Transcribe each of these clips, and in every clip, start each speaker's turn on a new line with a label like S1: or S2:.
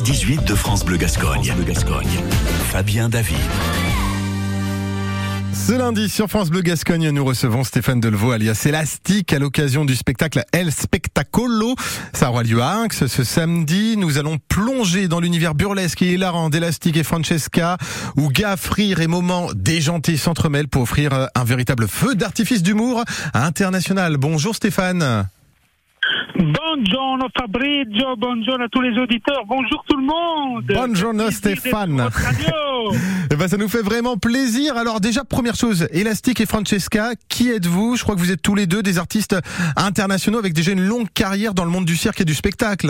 S1: 10h18 de France Bleu Gascogne. Fabien David.
S2: Ce lundi sur France Bleu Gascogne, nous recevons Stéphane Delvaux alias Elastic à l'occasion du spectacle El Spettacolo. Ça aura lieu à Inx ce samedi. Nous allons plonger dans l'univers burlesque et hilarant d'Elastic et Francesca, où gaffes, rires et moments déjantés s'entremêlent pour offrir un véritable feu d'artifice d'humour international. Bonjour Stéphane.
S3: Buongiorno Fabrizio, buongiorno à tous les auditeurs, bonjour tout le monde.
S2: Buongiorno Stéphane. Ça nous fait vraiment plaisir. Alors déjà, première chose, Elastic et Francesca, qui êtes-vous ? Je crois que vous êtes tous les deux des artistes internationaux avec déjà une longue carrière dans le monde du cirque et du spectacle.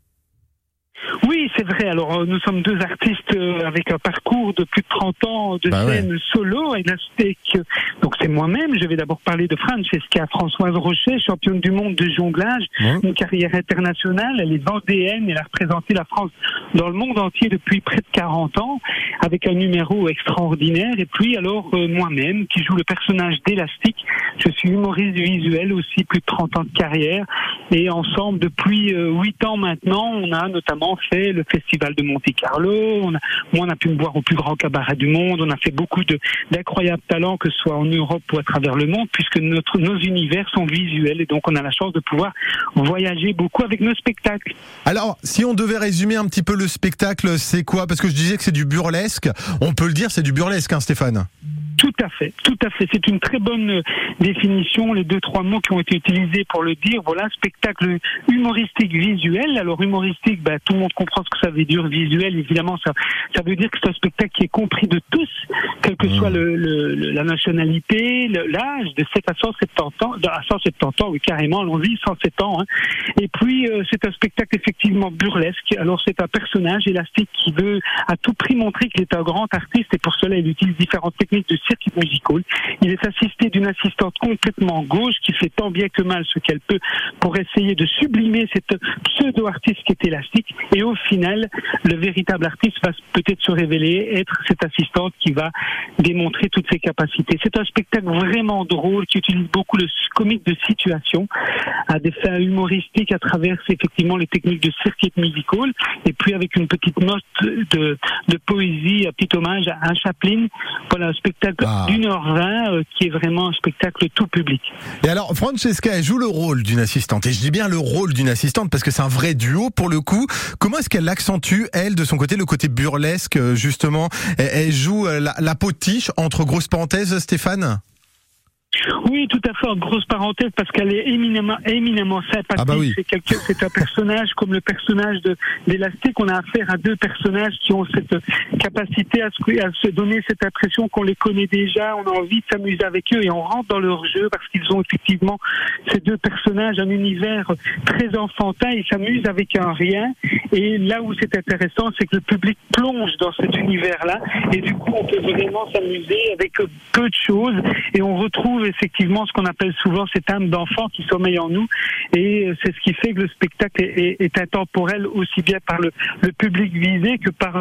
S3: Oui, c'est vrai. Alors, nous sommes deux artistes avec un parcours de plus de 30 ans de scène solo. Elastic, donc c'est moi-même. Je vais d'abord parler de Francesca, Françoise Rocher, championne du monde de jonglage, une carrière internationale. Elle est vendéenne. Elle a représenté la France dans le monde entier depuis près de 40 ans, avec un numéro extraordinaire. Et puis, alors, moi-même, qui joue le personnage d'Elastic. Je suis humoriste visuel aussi, plus de 30 ans de carrière. Et ensemble, depuis 8 ans maintenant, on a notamment fait le festival de Monte-Carlo. On a pu me voir au plus grand cabaret du monde. On a fait beaucoup d'incroyables talents, que ce soit en Europe ou à travers le monde, puisque nos univers sont visuels et donc on a la chance de pouvoir voyager beaucoup avec nos spectacles.
S2: Alors, si on devait résumer un petit peu le spectacle, c'est quoi ? Parce que je disais que c'est du burlesque. On peut le dire, c'est du burlesque, hein, Stéphane ?
S3: Tout à fait. C'est une très bonne définition, les 2-3 mots qui ont été utilisés pour le dire. Voilà, spectacle humoristique visuel. Alors humoristique, tout le monde comprend ce que ça veut dire. Visuel, évidemment, ça veut dire que c'est un spectacle qui est compris de tous, quelle que soit la nationalité, l'âge, de 7 à 170 ans, à 170 ans, oui carrément, allons-y, 107 ans. Hein. Et puis c'est un spectacle effectivement burlesque. Alors c'est un personnage Elastic qui veut à tout prix montrer qu'il est un grand artiste et pour cela il utilise différentes techniques de cirque musical. Il est assisté d'une assistante complètement gauche qui fait tant bien que mal ce qu'elle peut pour essayer de sublimer cette pseudo-artiste qui est Elastic. Et au final, le véritable artiste va peut-être se révéler être cette assistante qui va démontrer toutes ses capacités. C'est un spectacle vraiment drôle qui utilise beaucoup le comique de situation à des fins humoristiques à travers effectivement les techniques de cirque musical et puis avec une petite note de poésie, un petit hommage à Chaplin. Voilà, un spectacle d'1h20 qui est vraiment un spectacle tout public.
S2: Et alors, Francesca, elle joue le rôle d'une assistante. Et je dis bien le rôle d'une assistante parce que c'est un vrai duo pour le coup. Comment est-ce qu'elle accentue, elle, de son côté, le côté burlesque, justement ? Elle joue la potiche, entre grosses parenthèses, Stéphane ?
S3: Oui, tout à fait, en grosse parenthèse, parce qu'elle est éminemment sympathique. C'est un personnage comme le personnage d'Elastic. On a affaire à deux personnages qui ont cette capacité à se donner cette impression qu'on les connaît déjà. On a envie de s'amuser avec eux et on rentre dans leur jeu parce qu'ils ont effectivement, ces deux personnages, un univers très enfantin. Ils s'amusent avec un rien. Et là où c'est intéressant, c'est que le public plonge dans cet univers-là. Et du coup, on peut vraiment s'amuser avec peu de choses. Et on retrouve effectivement ce qu'on appelle souvent cette âme d'enfant qui sommeille en nous, et c'est ce qui fait que le spectacle est intemporel aussi bien par le public visé que par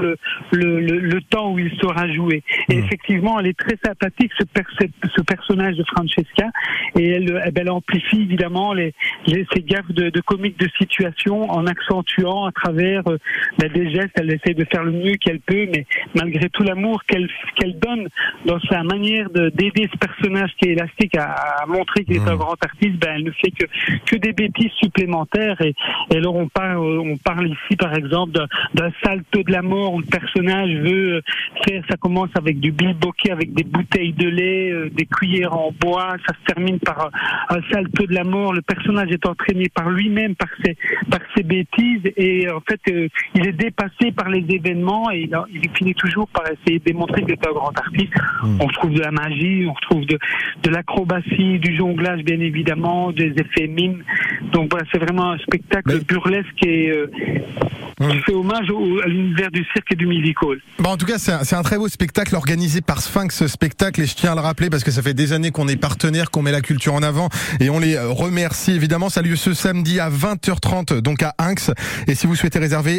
S3: le temps où il sera joué. Et effectivement, elle est très sympathique, ce personnage de Francesca, et elle amplifie évidemment ses gaffes de comique de situation en accentuant à travers des gestes. Elle essaie de faire le mieux qu'elle peut, mais malgré tout l'amour qu'elle donne dans sa manière d'aider ce personnage qui est Elastic à montrer qu'il est un grand artiste, elle ne fait que des bêtises supplémentaires. Et alors on parle ici par exemple d'un salto de la mort où le personnage veut faire, ça commence avec du bilboquet, avec des bouteilles de lait, des cuillères en bois, ça se termine par un salto de la mort. Le personnage est entraîné par lui-même, par ses bêtises, et en fait il est dépassé par les événements et il finit toujours par essayer de démontrer qu'il est un grand artiste. On retrouve de la magie, on retrouve de l'acrobatie, du jonglage bien évidemment, des effets mimes. Donc voilà, c'est vraiment un spectacle burlesque et qui fait hommage à l'univers du cirque et du musical.
S2: En tout cas, c'est un très beau spectacle organisé par Sphinx Spectacle, et je tiens à le rappeler parce que ça fait des années qu'on est partenaire, qu'on met la culture en avant, et on les remercie évidemment. Ça a lieu ce samedi à 20h30 donc à Inx, et si vous souhaitez réserver,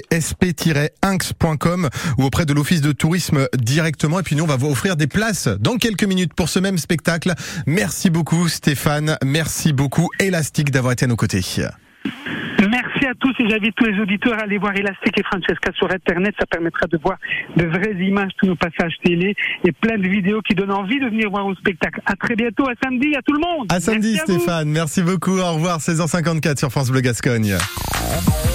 S2: sp-inx.com ou auprès de l'office de tourisme directement. Et puis nous, on va vous offrir des places dans quelques minutes pour ce même spectacle. Merci beaucoup Stéphane, merci beaucoup Elastic d'avoir été à nos côtés.
S3: Merci à tous et j'invite tous les auditeurs à aller voir Elastic et Francesca sur Internet. Ça permettra de voir de vraies images de nos passages télé et plein de vidéos qui donnent envie de venir voir au spectacle. À très bientôt, à samedi, à tout le monde.
S2: À samedi, Stéphane. Merci beaucoup. Au revoir, 16h54 sur France Bleu Gascogne.